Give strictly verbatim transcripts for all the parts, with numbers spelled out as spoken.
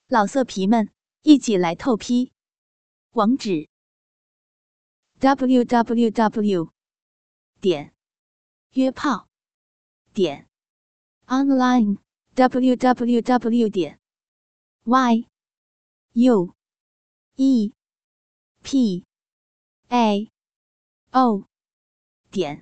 老色皮们，一起来透批！网址 ：double u double u double u 点约炮点 online double u double u double u 点 y u e p a o 点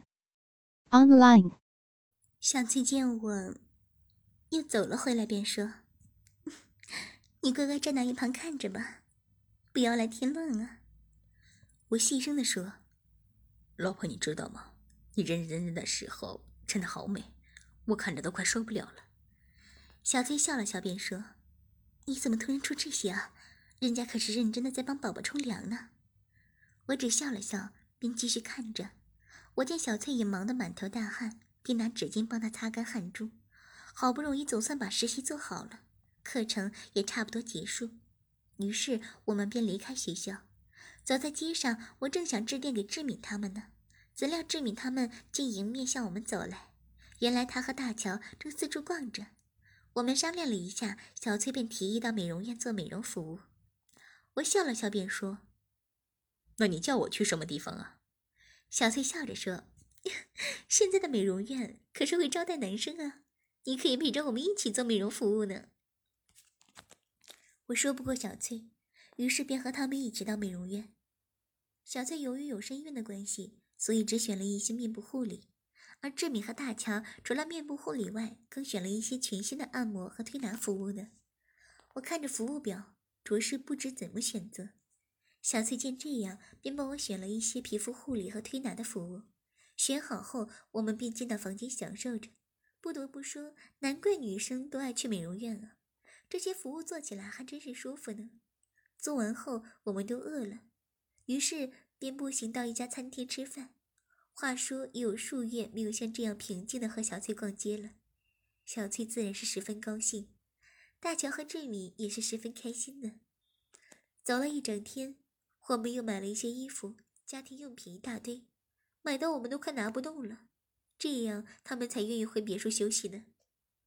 online。 小翠见我又走了回来，便说：“你乖乖站到一旁看着吧，不要来添乱啊。”我细声地说：“ 老婆，你知道吗？你认认真真的时候真的好美，我看着都快受不了了。” 小翠笑了笑，便说：“你怎么突然出这些啊？人家可是认真的在帮宝宝冲凉呢。”我只笑了笑，便继续看着。我见小翠也忙得满头大汗，便拿纸巾帮她擦干汗珠。好不容易总算把实习做好了，课程也差不多结束，于是我们便离开学校。走在街上，我正想致电给志敏他们呢，怎料志敏他们竟迎面向我们走来。原来他和大乔正四处逛着。我们商量了一下，小翠便提议到美容院做美容服务。我笑了笑便说：“ 那你叫我去什么地方啊？” 小翠笑着说：“现在的美容院可是会招待男生啊，你可以陪着我们一起做美容服务呢。”我说不过小翠，于是便和他们一起到美容院。小翠由于有身孕的关系，所以只选了一些面部护理，而志敏和大乔除了面部护理外，更选了一些全新的按摩和推拿服务呢。我看着服务表，着实不知怎么选择。小翠见这样，便帮我选了一些皮肤护理和推拿的服务。选好后，我们便进到房间享受着。不得不说，难怪女生都爱去美容院啊，这些服务做起来还真是舒服呢。做完后，我们都饿了，于是便步行到一家餐厅吃饭。话说，已有数月没有像这样平静的和小翠逛街了，小翠自然是十分高兴，大乔和志敏也是十分开心的。走了一整天，我们又买了一些衣服、家庭用品一大堆，买到我们都快拿不动了，这样他们才愿意回别墅休息呢。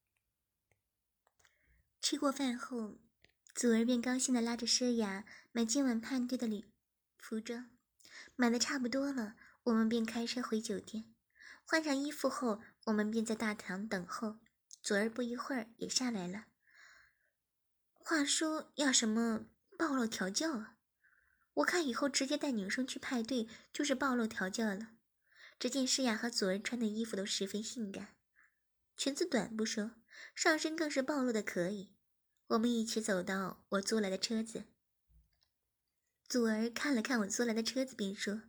吃过饭后，祖儿便高兴地拉着诗雅买今晚派对的礼服装，买的差不多了，我们便开车回酒店。换上衣服后，我们便在大堂等候。祖儿不一会儿也下来了。话说要什么暴露调教啊？我看以后直接带女生去派对就是暴露调教了。只见诗雅和祖儿穿的衣服都十分性感，裙子短不说，上身更是暴露的可以。我们一起走到我租来的车子，祖儿看了看我租来的车子，便说：“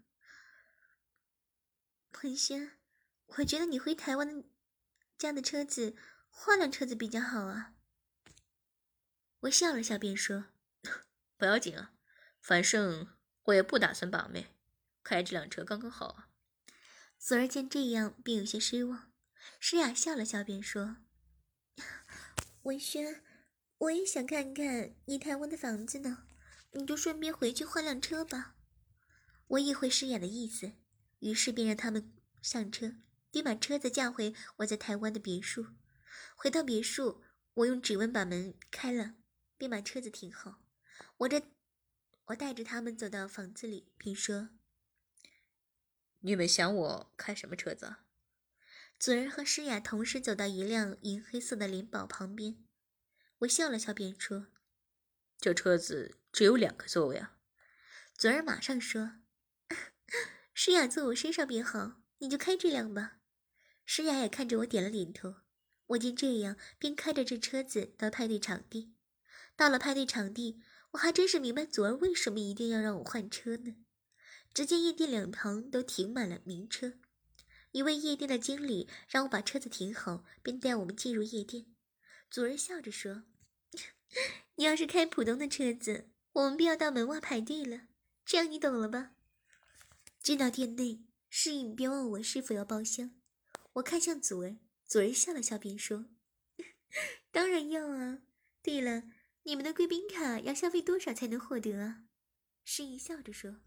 文轩，我觉得你回台湾的家的车子换辆车子比较好啊。”我笑了笑便说：“ 不要紧啊，反正我也不打算把妹，开这辆车刚刚好啊。” 祖儿见这样便有些失望。诗雅笑了笑便说：“文轩，我也想看看你台湾的房子呢，你就顺便回去换辆车吧。”我意会诗雅的意思，于是便让他们上车，并把车子驾回我在台湾的别墅。回到别墅，我用指纹把门开了，便把车子停好。我这我带着他们走到房子里，并说：“ 你们想我开什么车子啊？” 祖儿和诗雅同时走到一辆银黑色的灵宝旁边，我笑了笑便说：“ 这车子只有两个座位啊。” 祖儿马上说：“诗雅坐我身上便好，你就开这辆吧。”诗雅也看着我点了点头。我见这样，便开着这车子到派对场地。到了派对场地，我还真是明白祖儿为什么一定要让我换车呢。只见夜店两旁都停满了名车，一位夜店的经理让我把车子停好，便带我们进入夜店。祖儿笑着说：“你要是开普通的车子，我们便要到门外排队了，这样你懂了吧？”进到店内，侍应便问我是否要包厢。我看向祖儿，祖儿笑了笑便说：“当然要啊。对了，你们的贵宾卡要消费多少才能获得啊？”侍应笑着说：“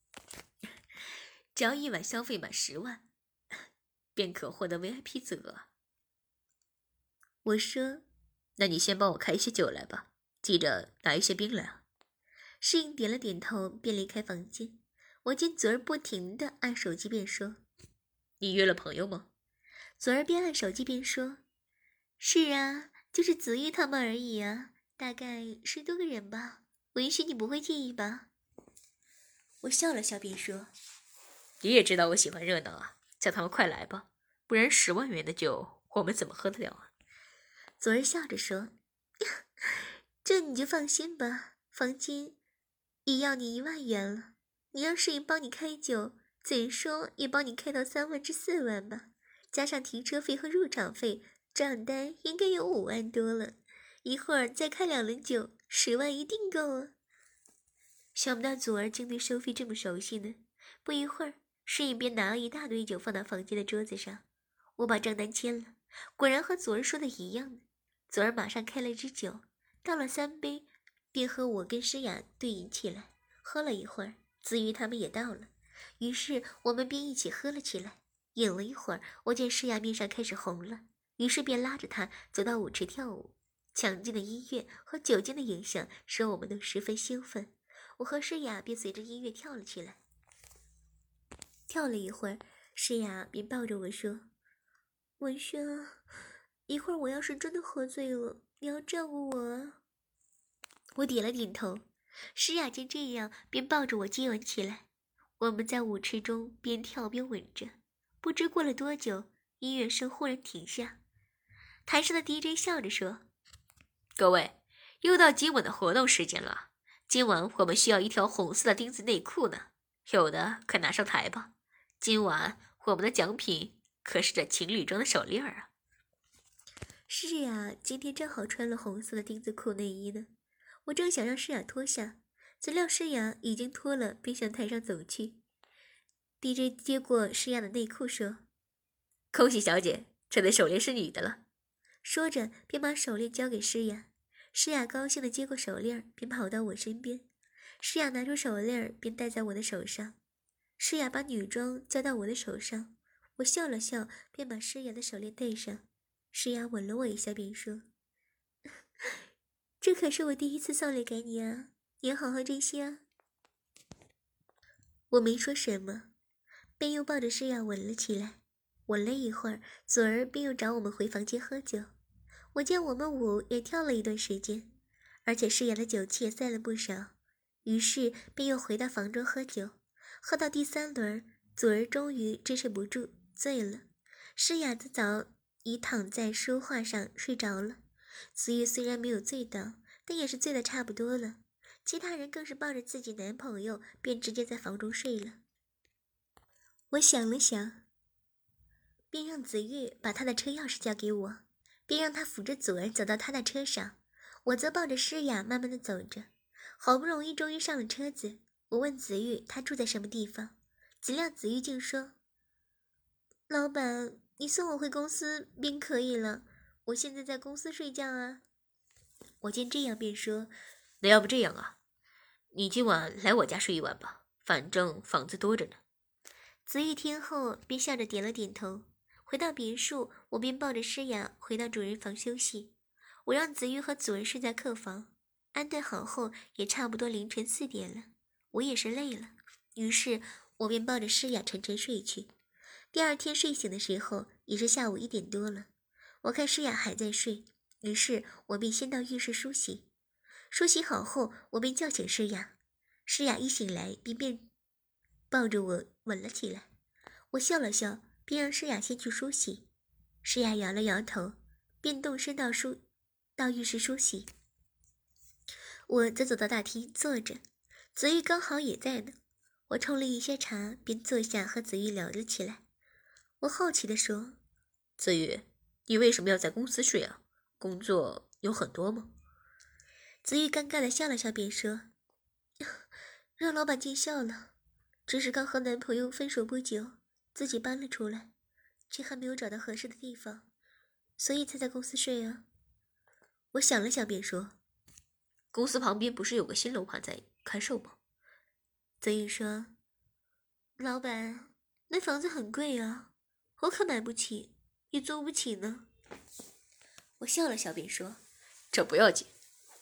只要一晚消费满十万，便可获得 V I P 资格。” 我说：“ 那你先帮我开一些酒来吧， 记着拿一些冰来啊。 适应点了点头，便离开房间。我见左儿不停地按手机，便说：“ 你约了朋友吗？” 左儿边按手机边说：“是啊，就是子玉他们而已啊，大概十多个人吧。文旭，你不会介意吧？”我笑了笑，便说：“ 你也知道我喜欢热闹啊，叫他们快来吧，不然十万元的酒我们怎么喝得了啊？” 左儿笑着说：“这你就放心吧，房间也要你一万元了。你让适应帮你开酒，怎说也帮你开到三万至四万吧，加上停车费和入场费，账单应该有五万多了。一会儿再开两轮酒，十万一定够啊。”想不到左儿竟对收费这么熟悉呢。不一会儿，适应便拿了一大堆酒放到房间的桌子上。我把账单签了，果然和左儿说的一样的。左儿马上开了支酒，倒了三杯，便和我跟诗雅对饮起来。喝了一会儿，子瑜他们也到了，于是我们便一起喝了起来。饮了一会儿，我见诗雅面上开始红了，于是便拉着她走到舞池跳舞。强劲的音乐和酒精的影响使我们都十分兴奋，我和诗雅便随着音乐跳了起来。跳了一会儿，诗雅便抱着我说：“文轩啊，一会儿我要是真的喝醉了，你要照顾我啊。”我点了点头。诗雅见这样，便抱着我接吻起来。我们在舞池中边跳边吻着。不知过了多久，音乐声忽然停下。台上的 D J 笑着说：“ 各位，又到今晚的活动时间了。今晚我们需要一条红色的丁字内裤呢，有的快拿上台吧。今晚我们的奖品可是这情侣装的手链啊！” 诗雅今天正好穿了红色的丁字裤内衣呢。我正想让诗雅脱下，怎料诗雅已经脱了，便向台上走去。D J 接过诗雅的内裤说：“ 恭喜小姐，这对手链是你的了。” 说着便把手链交给诗雅。诗雅高兴地接过手链，便跑到我身边。诗雅拿出手链，便戴在我的手上。诗雅把女装交到我的手上，我笑了笑，便把诗雅的手链戴上。诗雅吻了我一下，便说：“这可是我第一次送礼给你啊，你要好好珍惜啊。”我没说什么，便又抱着诗雅吻了起来。吻了一会儿，左儿便又找我们回房间喝酒。我见我们舞也跳了一段时间，而且诗雅的酒气也散了不少，于是便又回到房中喝酒。喝到第三轮，左儿终于支持不住，醉了。诗雅的早已躺在书画上睡着了。子玉虽然没有醉倒，但也是醉得差不多了。其他人更是抱着自己男朋友，便直接在房中睡了。我想了想，便让子玉把他的车钥匙交给我，便让他扶着左儿走到他的车上，我则抱着诗雅慢慢的走着。好不容易终于上了车子，我问子玉他住在什么地方，怎料子玉竟说：“老板，你送我回公司便可以了，我现在在公司睡觉啊。”我见这样便说：“ 那要不这样啊，你今晚来我家睡一晚吧，反正房子多着呢。” 子玉听后便笑着点了点头。回到别墅，我便抱着诗雅回到主人房休息。我让子玉和祖儿睡在客房，安顿好后也差不多凌晨四点了，我也是累了，于是我便抱着诗雅沉沉睡去。第二天睡醒的时候已是下午一点多了，我看诗雅还在睡，于是我便先到浴室梳洗。梳洗好后，我便叫醒诗雅。诗雅一醒来便便抱着我吻了起来。我笑了笑，便让诗雅先去梳洗。诗雅摇了摇头，便动身到梳到浴室梳洗。我则走到大厅坐着，子玉刚好也在呢。我冲了一些茶，便坐下和子玉聊了起来。我好奇地说：“ 子玉，你为什么要在公司睡啊？工作有很多吗？” 子玉尴尬地笑了笑，便说：“让老板见笑了，只是刚和男朋友分手不久，自己搬了出来，却还没有找到合适的地方，所以才在公司睡啊。”我想了想，便说：“ 公司旁边不是有个新楼盘在开售吗？” 子玉说：“老板，那房子很贵啊，我可买不起，也租不起呢。”我笑了笑，便说：“ 这不要紧，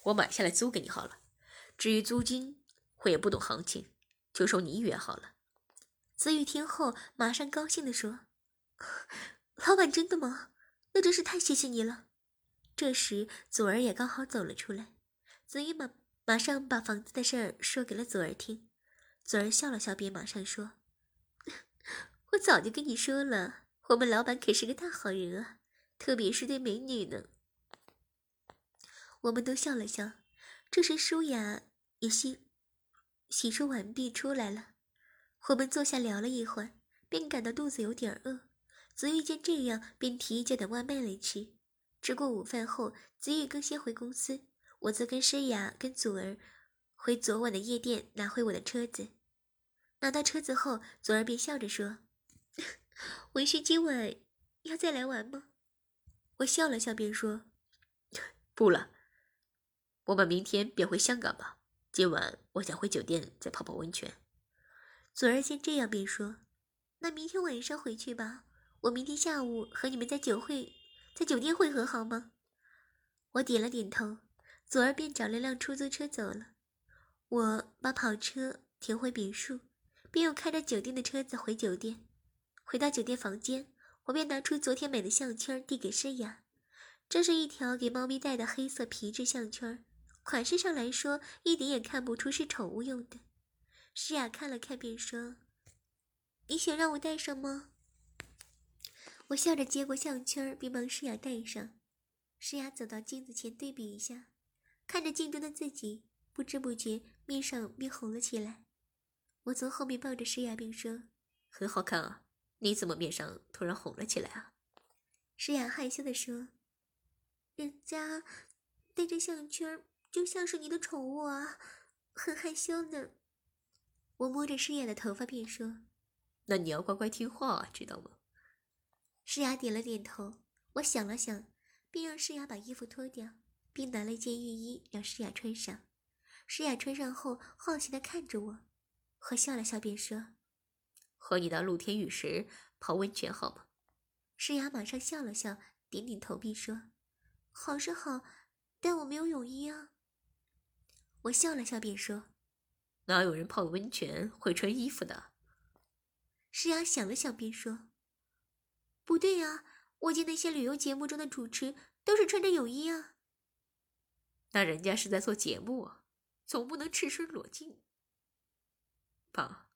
我买下来租给你好了。至于租金，我也不懂行情，就收你一元好了。 子玉听后马上高兴地说：“老板真的吗？那真是太谢谢你了。”这时左儿也刚好走了出来，子玉马马上把房子的事儿说给了左儿听。左儿笑了笑，便马上说：“我早就跟你说了，我们老板可是个大好人啊，特别是对美女呢。”我们都笑了笑。这时舒雅也洗洗漱完毕出来了，我们坐下聊了一会儿，便感到肚子有点饿。子玉见这样，便提议叫点外卖来吃。吃过午饭后，子玉更先回公司，我则跟诗雅跟祖儿回昨晚的夜店拿回我的车子。拿到车子后，祖儿便笑着说：“文轩今晚要再来玩吗？”我笑了笑，便说：“ 不了，我们明天便回香港吧。今晚我想回酒店再泡泡温泉。” 祖儿见这样，便说：“那明天晚上回去吧，我明天下午和你们在酒会在酒店会合好吗？”我点了点头，祖儿便找了辆出租车走了。我把跑车停回别墅，便又开着酒店的车子回酒店。回到酒店房间，我便拿出昨天买的项圈递给诗雅。这是一条给猫咪戴的黑色皮质项圈，款式上来说一点也看不出是宠物用的。诗雅看了看，便说：“你想让我戴上吗？”我笑着接过项圈，并帮诗雅戴上。诗雅走到镜子前对比一下，看着镜中的自己，不知不觉面上便红了起来。我从后面抱着诗雅，并说：“ 很好看啊，你怎么面上突然红了起来啊？” 诗雅害羞地说：“人家戴着项圈就像是你的宠物啊，很害羞呢。”我摸着诗雅的头发，便说：“ 那你要乖乖听话啊，知道吗？” 诗雅点了点头。我想了想，便让诗雅把衣服脱掉，并拿了一件浴衣让诗雅穿上。诗雅穿上后，好奇地看着我。我笑了笑，便说：“ 和你到露天浴池泡温泉好吗？” 诗雅马上笑了笑，点点头，并说：“好是好，但我没有泳衣啊。”我笑了笑，便说：“ 哪有人泡温泉会穿衣服的？” 诗雅想了想，便说：“不对啊，我见那些旅游节目中的主持都是穿着泳衣啊。” 那人家是在做节目啊，总不能赤身裸进吧？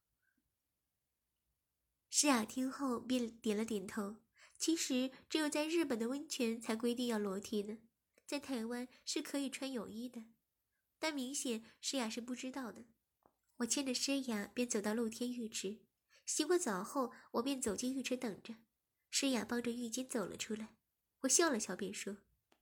诗雅听后便点了点头。其实只有在日本的温泉才规定要裸体的，在台湾是可以穿泳衣的。但明显诗雅是不知道的。我牵着诗雅便走到露天浴池，洗过澡后，我便走进浴池等着。诗雅抱着浴巾走了出来，我笑了笑，便说：“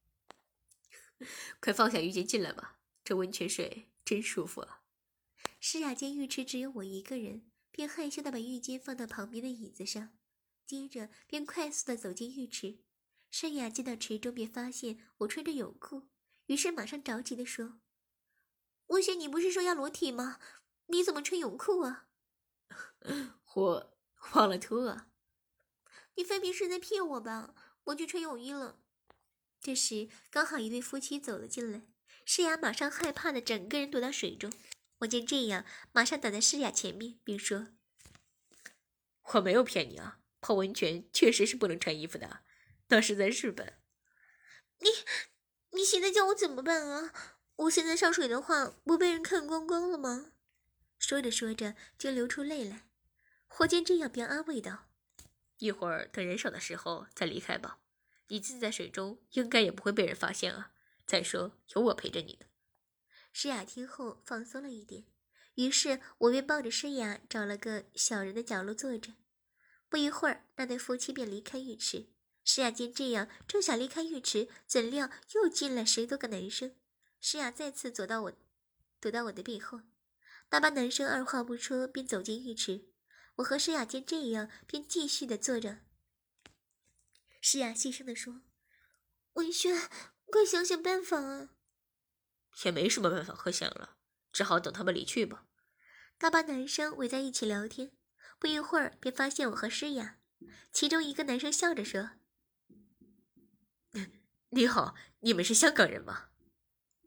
快放下浴巾进来吧，这温泉水真舒服啊。” 诗雅见浴池只有我一个人，便害羞地把浴巾放到旁边的椅子上，接着便快速地走进浴池。诗雅进到池中，便发现我穿着泳裤，于是马上着急地说：“文轩，你不是说要裸体吗？你怎么穿泳裤啊？” 我忘了脱啊。 你分明是在骗我吧？我去穿泳衣了。这时刚好一对夫妻走了进来，诗雅马上害怕的整个人躲到水中。我见这样，马上挡在诗雅前面，并说：“ 我没有骗你啊，泡温泉确实是不能穿衣服的，那是在日本。” 你你现在叫我怎么办啊？我现在上水的话，不被人看光光了吗？说着说着就流出泪来。我见这样，便安慰道：“ 一会儿等人少的时候再离开吧，你自己在水中应该也不会被人发现啊。再说有我陪着你的。” 诗雅听后放松了一点，于是我便抱着诗雅找了个小人的角落坐着。不一会儿，那对夫妻便离开浴池。诗雅见这样，正想离开浴池，怎料又进来十多个男生。诗雅再次躲到我躲到我的背后，那帮男生二话不说便走进浴池。我和诗雅见这样，便继续的坐着。诗雅细声地说：“文轩，快想想办法啊！” 也没什么办法可想了，只好等他们离去吧。 大班男生围在一起聊天，不一会儿便发现我和诗雅。其中一个男生笑着说：“ 你好，你们是香港人吗？”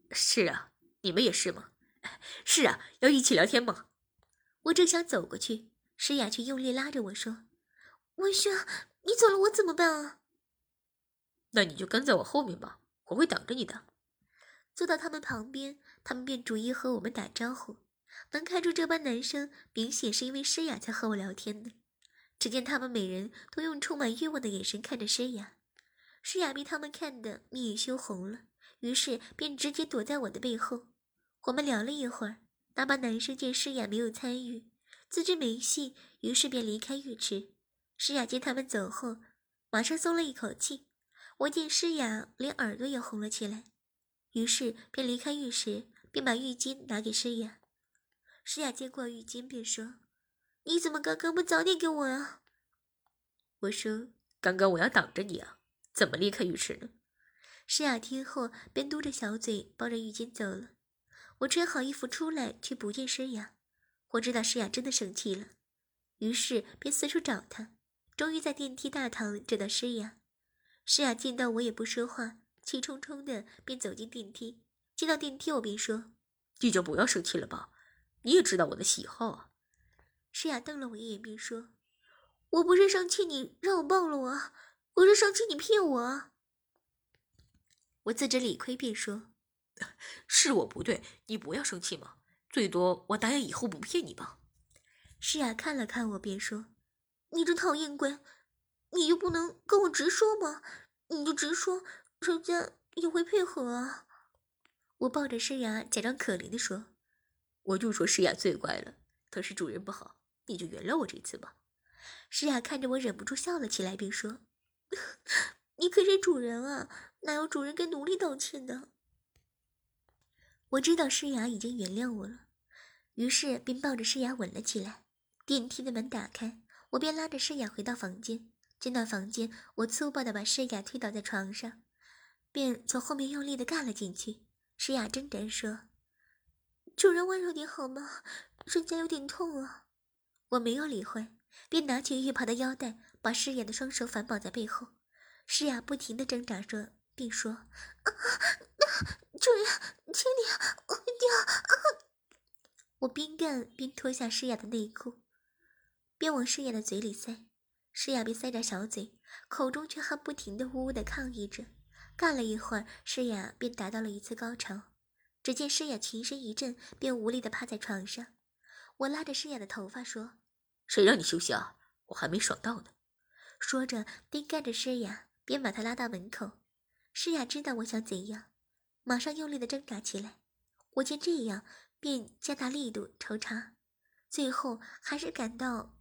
是啊，你们也是吗？是啊，要一起聊天吗？ 我正想走过去，诗雅却用力拉着我说：“文轩，你走了我怎么办啊？” 那你就跟在我后面吧，我会挡着你的。 坐到他们旁边，他们便逐一和我们打招呼。能看出这班男生明显是因为诗雅才和我聊天的。只见他们每人都用充满欲望的眼神看着诗雅，诗雅被他们看得面也羞红了，于是便直接躲在我的背后。我们聊了一会儿，那帮男生见诗雅没有参与，自知没戏，于是便离开浴池。诗雅见他们走后，马上松了一口气。我见诗雅连耳朵也红了起来，于是便离开浴室，便把浴巾拿给诗雅。诗雅接过浴巾便说：“你怎么刚刚不早点给我啊？” 我说：“刚刚我要挡着你啊，怎么离开浴室呢？” 诗雅听后便嘟着小嘴抱着浴巾走了。我穿好衣服出来，却不见诗雅。我知道诗雅真的生气了，于是便四处找她，终于在电梯大堂找到诗雅。诗雅见到我也不说话，气冲冲的便走进电梯。进到电梯我便说：“ 你就不要生气了吧，你也知道我的喜好啊。” 诗雅瞪了我一眼便说：“我不是生气你让我抱了我啊，我是生气你骗我啊。”我自知理亏便说：“ 是我不对，你不要生气嘛，最多我答应以后不骗你吧。” 诗雅看了看我便说：“你这讨厌鬼，你就不能跟我直说吗？你就直说，人家也会配合啊。”我抱着诗雅假装可怜地说：“ 我就说诗雅最乖了，都是主人不好，你就原谅我这次吧。” 诗雅看着我忍不住笑了起来并说：“你可是主人啊，哪有主人跟奴隶道歉的？”我知道诗雅已经原谅我了，于是便抱着诗雅吻了起来。电梯的门打开，我便拉着诗雅回到房间。进到房间，我粗暴地把诗雅推倒在床上，便从后面用力地干了进去。诗雅挣扎说：“主人温柔点好吗？人家有点痛啊。”我没有理会，便拿起浴袍的腰带，把诗雅的双手反绑在背后。诗雅不停地挣扎着，并说：“啊，主人，请你，我会掉。啊”我边干边脱下诗雅的内裤，边往诗雅的嘴里塞。诗雅被塞着小嘴，口中却还不停地呜呜地抗议着。干了一会儿，诗雅便达到了一次高潮。只见诗雅全身一震，便无力地趴在床上。我拉着诗雅的头发说：“ 谁让你休息啊？我还没爽到呢。” 说着边干着诗雅，边把她拉到门口。诗雅知道我想怎样，马上用力地挣扎起来。我见这样，便加大力度抽插，最后还是感到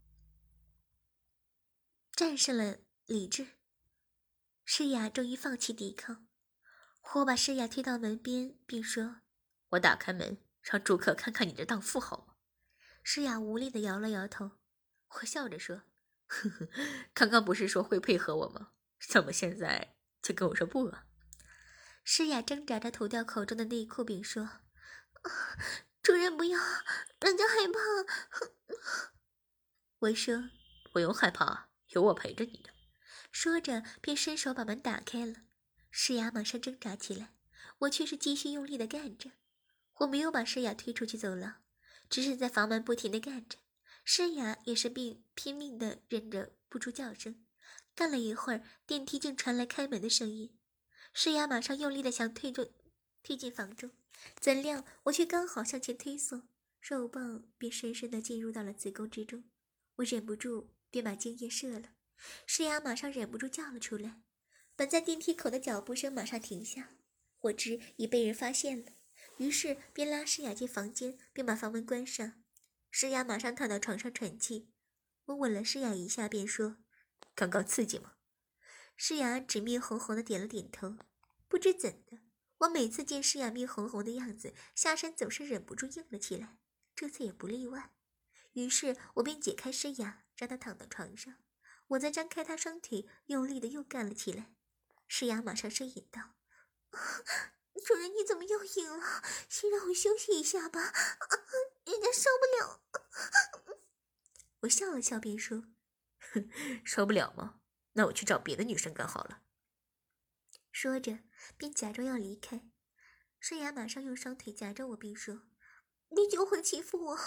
战胜了理智。诗雅终于放弃抵抗，我把诗雅推到门边，并说：“ 我打开门，让住客看看你的荡妇好吗？” 诗雅无力地摇了摇头。我笑着说：“ 呵呵，刚刚不是说会配合我吗？怎么现在就跟我说不啊？” 诗雅挣扎着吐掉口中的内裤，并说：“啊，主人不要，人家害怕。”我说：“ 不用害怕，有我陪着你的。” 说着便伸手把门打开了。诗雅马上挣扎起来，我却是继续用力地干着。我没有把诗雅推出去走廊，只是在房门不停地干着。诗雅也是并拼命地忍着不出叫声。干了一会儿，电梯竟传来开门的声音。诗雅马上用力地想推着推进房中，怎料我却刚好向前推送，肉棒便深深地进入到了子宫之中。我忍不住便把精液射了。诗雅马上忍不住叫了出来。本在电梯口的脚步声马上停下，我知已被人发现了，于是便拉诗雅进房间，并把房门关上。诗雅马上躺到床上喘气，我吻了诗雅一下，便说：“ 刚刚刺激吗？” 诗雅只面红红的点了点头。不知怎的，我每次见诗雅面红红的样子，下身总是忍不住硬了起来，这次也不例外。于是我便解开诗雅，让她躺到床上，我再张开她双腿，用力的又干了起来。诗雅马上呻吟道：“主人，你怎么又硬了？先让我休息一下吧，人家受不了。”我笑了笑便说：“ 受不了吗？那我去找别的女生干好了。” 说着便假装要离开。 诗雅马上用双腿夹着我，并说：“你就会欺负我，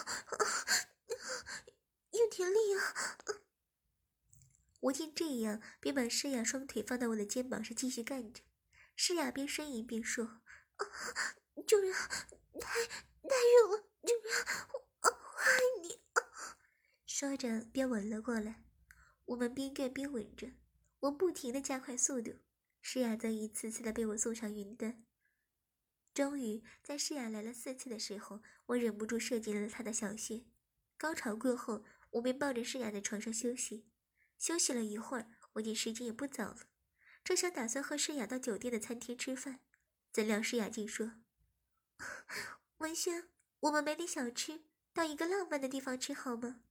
有点力啊！”我见这样，便把诗雅双腿放到我的肩膀上继续干着。诗雅边呻吟边说：“啊，主人，太太热了，主人，我我爱你。”说着便吻了过来。我们边干边吻着，我不停地加快速度，诗雅则一次次地被我送上云端。终于在诗雅来了四次的时候，我忍不住射进了她的小穴。高潮过后，我便抱着诗雅在床上休息。休息了一会儿，我见时间也不早了，正想打算和诗雅到酒店的餐厅吃饭，怎料诗雅竟说：“文轩，我们买点小吃，到一个浪漫的地方吃好吗？”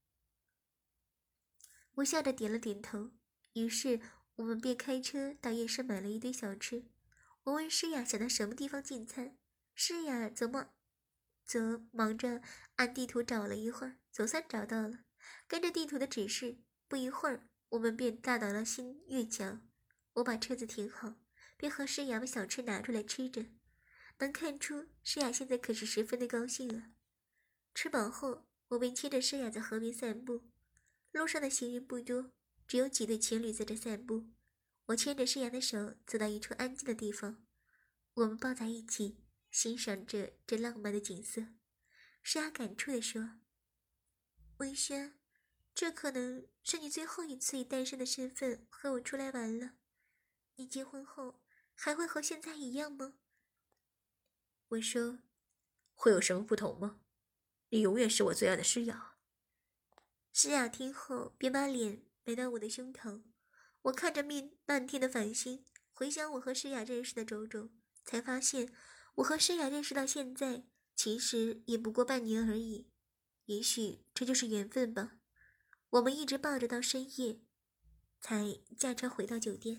我笑着点了点头，于是我们便开车到夜市买了一堆小吃。我问诗雅想到什么地方进餐，诗雅则忙则忙着按地图找了一会儿，总算找到了。跟着地图的指示，不一会儿我们便到达了新月桥。我把车子停好，便和诗雅把小吃拿出来吃着。能看出诗雅现在可是十分的高兴了。吃饱后，我便牵着诗雅在河边散步。路上的行人不多，只有几对情侣在这散步。我牵着诗雅的手走到一处安静的地方，我们抱在一起，欣赏着这浪漫的景色。诗雅感触地说：“文轩，这可能是你最后一次以单身的身份和我出来玩了。你结婚后还会和现在一样吗？” 我说：“会有什么不同吗？你永远是我最爱的诗雅。” 诗雅听后便把脸埋到我的胸膛。我看着面漫天的繁星，回想我和诗雅认识的种种，才发现我和诗雅认识到现在其实也不过半年而已。也许这就是缘分吧。我们一直抱着到深夜，才驾车回到酒店。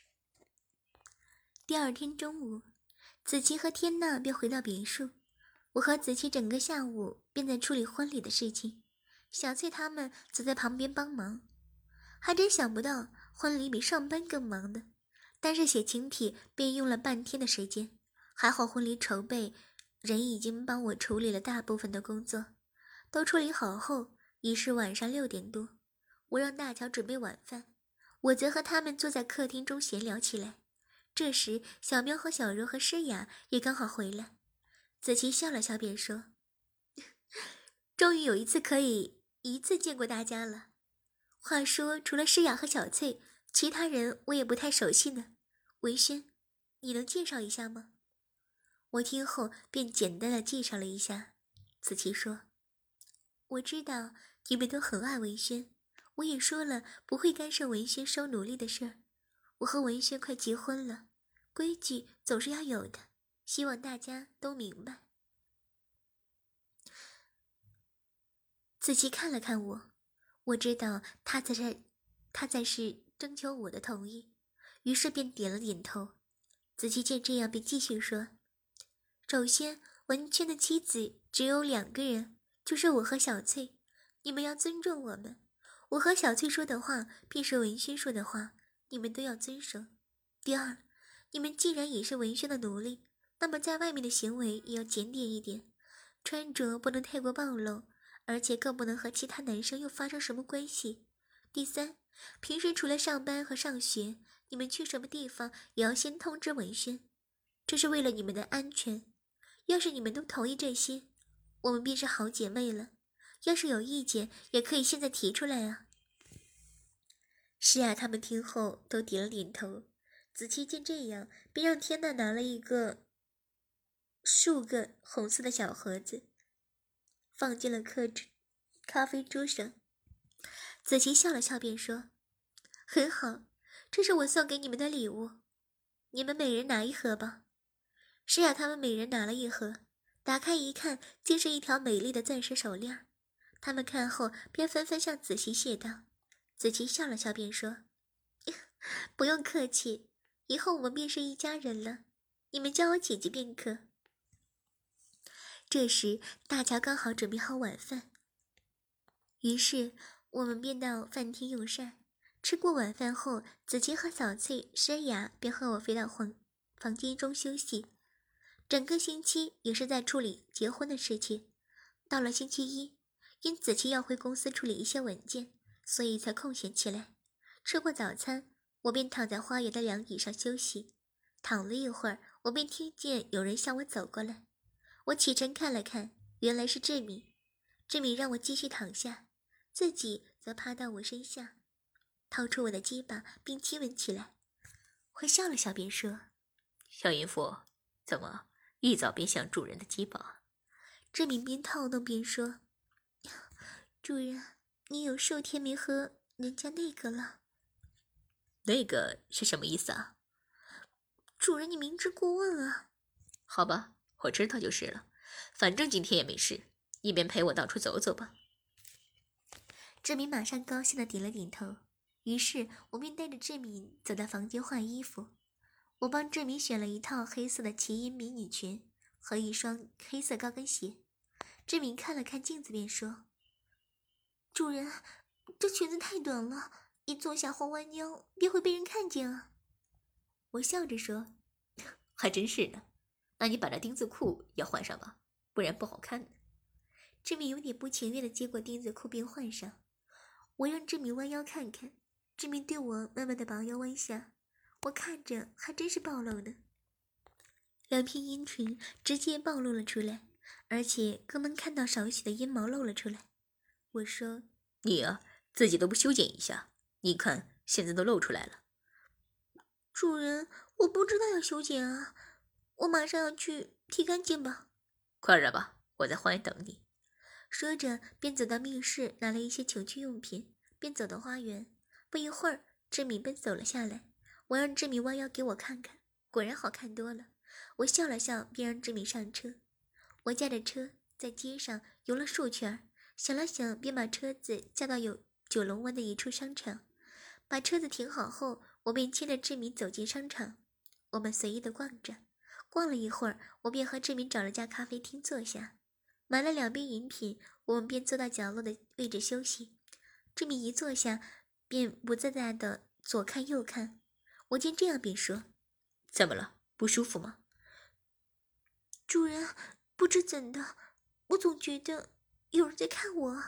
第二天中午，子琪和天娜便回到别墅，我和子琪整个下午便在处理婚礼的事情，小翠他们则在旁边帮忙。还真想不到婚礼比上班更忙的，单是写请帖便用了半天的时间。还好婚礼筹备人已经帮我处理了大部分的工作，都处理好后已是晚上六点多。我让大乔准备晚饭，我则和他们坐在客厅中闲聊起来。这时小喵和小柔和诗雅也刚好回来。子琪笑了笑便说：“终于有一次可以一次见过大家了。话说除了诗雅和小翠，其他人我也不太熟悉呢。文轩，你能介绍一下吗？”我听后便简单的介绍了一下。子琪说：“我知道你们都很爱文轩，我也说了不会干涉文轩收奴隶的事儿。我和文轩快结婚了，规矩总是要有的，希望大家都明白。”子琪看了看我，我知道他在这，他在是征求我的同意，于是便点了点头。子琪见这样，便继续说：“首先，文轩的妻子只有两个人，就是我和小翠，你们要尊重我们。我和小翠说的话，便是文轩说的话，你们都要遵守。第二，你们既然也是文轩的奴隶，那么在外面的行为也要检点一点，穿着不能太过暴露，而且更不能和其他男生又发生什么关系。第三，平时除了上班和上学，你们去什么地方也要先通知文轩，这是为了你们的安全。要是你们都同意这些，我们便是好姐妹了。要是有意见，也可以现在提出来啊。”诗雅他们听后都点了点头。子琪见这样，便让天娜拿了一个数个红色的小盒子，放进了客咖啡桌上。子琪笑了笑便说：“很好，这是我送给你们的礼物，你们每人拿一盒吧。”诗雅他们每人拿了一盒，打开一看，竟是一条美丽的钻石手链。他们看后便纷纷向子琪谢道。子琪笑了笑便说：“不用客气，以后我们便是一家人了，你们叫我姐姐便可。”这时大乔刚好准备好晚饭，于是我们便到饭厅用膳。吃过晚饭后，子琪和小翠、诗雅便和我飞到房房间中休息。 整个星期也是在处理结婚的事情。到了星期一，因子期要回公司处理一些文件，所以才空闲起来。吃过早餐，我便躺在花园的凉椅上休息。躺了一会儿，我便听见有人向我走过来。我起身看了看，原来是志敏。志敏让我继续躺下，自己则趴到我身下，掏出我的鸡巴并亲吻起来。我笑了笑便说： 小淫妇，怎么一早便想主人的鸡巴？ 志敏边套弄边说：主人，你有数天没和人家那个了。 那个是什么意思啊？ 主人，你明知故问啊。 好吧，我知道就是了，反正今天也没事，一边陪我到处走走吧。 志敏马上高兴地点了点头，于是我便带着志敏走到房间换衣服。我帮志敏选了一套黑色的奇淫迷你裙和一双黑色高跟鞋。志敏看了看镜子便说：主人，这裙子太短了，一坐下或弯腰便会被人看见啊。我笑着说： 还真是的，那你把这钉子裤要换上吧，不然不好看的。 志敏有点不情愿地接过钉子裤并换上。我让志敏弯腰看看，志敏对我慢慢地把腰弯下，我看着还真是暴露的，两片阴唇直接暴露了出来，而且更能看到少许的阴毛露了出来。我说： 你啊，自己都不修剪一下，你看现在都露出来了。 主人，我不知道要修剪啊，我马上要去剃干净吧。 快点吧，我在花园等你。 说着便走到密室拿了一些情趣用品，便走到花园。不一会儿，志敏便走了下来。我让志敏弯腰给我看看，果然好看多了。我笑了笑，便让志敏上车。我驾着车在街上游了数圈，想了想，便把车子驾到有九龙湾的一处商场。把车子停好后，我便牵着志敏走进商场。我们随意的逛着，逛了一会儿，我便和志敏找了家咖啡厅坐下，买了两杯饮品，我们便坐到角落的位置休息。志敏一坐下，便不自在的左看右看。我见这样便说： 怎么了？不舒服吗？ 主人，不知怎的，我总觉得有人在看我。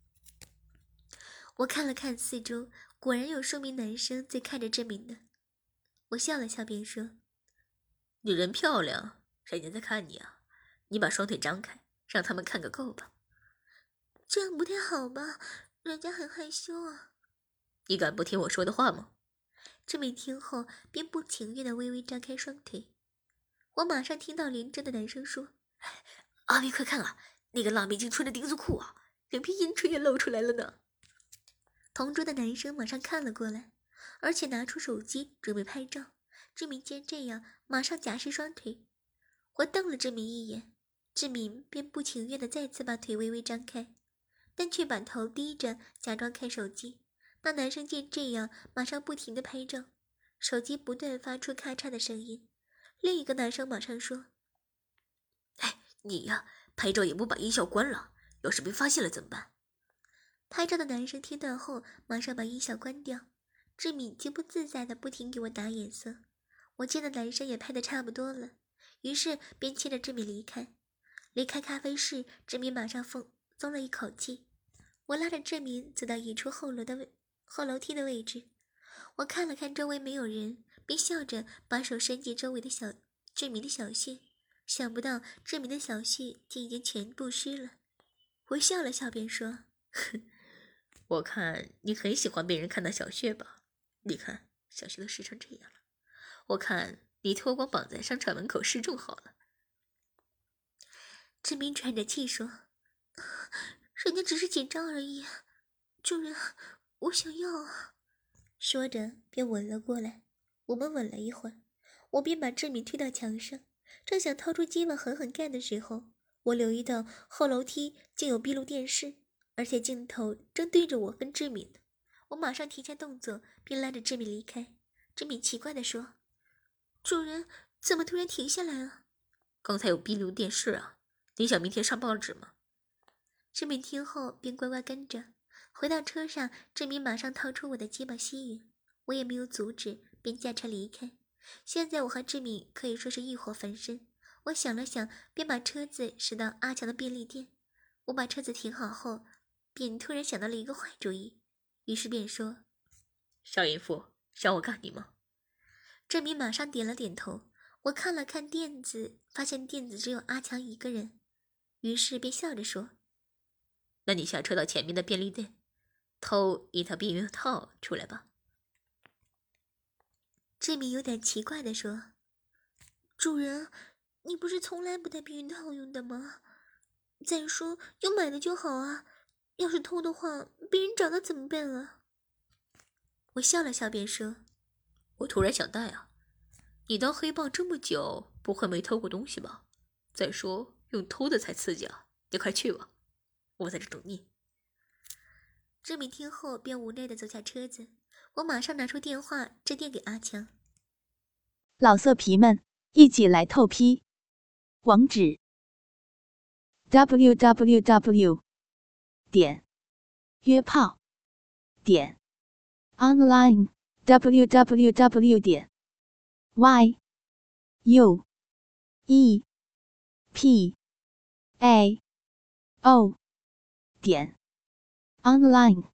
我看了看四周，果然有数名男生在看着志敏呢。我笑了笑便说： 你人漂亮，人家在看你啊，你把双腿张开，让他们看个够吧。 这样不太好吧，人家很害羞啊。 你敢不听我说的话吗？ 志敏听后便不情愿地微微张开双腿。我马上听到邻桌的男生说： 阿威，快看啊，那个辣妹竟穿着钉子裤啊，两片阴唇也露出来了呢。 同桌的男生马上看了过来，而且拿出手机准备拍照。志敏见这样，马上夹实双腿。我瞪了志敏一眼，志敏便不情愿地再次把腿微微张开，但却把头低着假装看手机。那男生见这样，马上不停地拍照，手机不断发出咔嚓的声音。另一个男生马上说： 哎，你呀，拍照也不把音效关了，要是被发现了怎么办？ 拍照的男生听到后马上把音效关掉。志敏极不自在地不停给我打眼色。我见那男生也拍得差不多了，于是便牵着志敏离开。离开咖啡室，志敏马上松松了一口气。我拉着志敏走到一处后楼的位后楼梯的位置，我看了看周围没有人，便笑着把手伸进周围的小志敏的小穴，想不到志敏的小穴竟已经全部湿了。我笑了笑便说： 我看你很喜欢被人看到小穴吧？你看小穴都湿成这样了，我看你脱光绑在商场门口示众好了。 志敏喘着气说：人家只是紧张而已，主人，我想要啊。说着便吻了过来。我们吻了一会儿，我便把志敏推到墙上，正想掏出鸡巴狠狠干的时候，我留意到后楼梯竟有闭路电视，而且镜头正对着我跟志敏呢。我马上停下动作，并拉着志敏离开。志敏奇怪地说：主人，怎么突然停下来了？ 刚才有闭路电视啊，你想明天上报纸吗？ 志敏听后便乖乖跟着。回到车上，志敏马上掏出我的鸡巴吸吮，我也没有阻止，便驾车离开。现在我和志敏可以说是欲火焚身， 我想了想，便把车子驶到阿强的便利店。我把车子停好后，便突然想到了一个坏主意，于是便说：“ 小淫妇，让我干你吗？” 郑明马上点了点头。我看了看垫子，发现垫子只有阿强一个人，于是便笑着说：“ 那你下车到前面的便利店，偷一条避孕套出来吧。” 郑明有点奇怪地说：“主人，你不是从来不带避孕套用的吗？再说有买的就好啊，要是偷的话，被人找到怎么办啊？”我笑了笑便说：“ 我突然想带啊，你当黑帮这么久，不会没偷过东西吧？再说用偷的才刺激啊，你快去吧，我在这等你。” 郑敏听后便无奈地走下车子。我马上拿出电话致电给阿强：“ 老色皮们，一起来透批！网址 ：w w w 点约炮点 online w w w 点 y u e p a o 点 online。”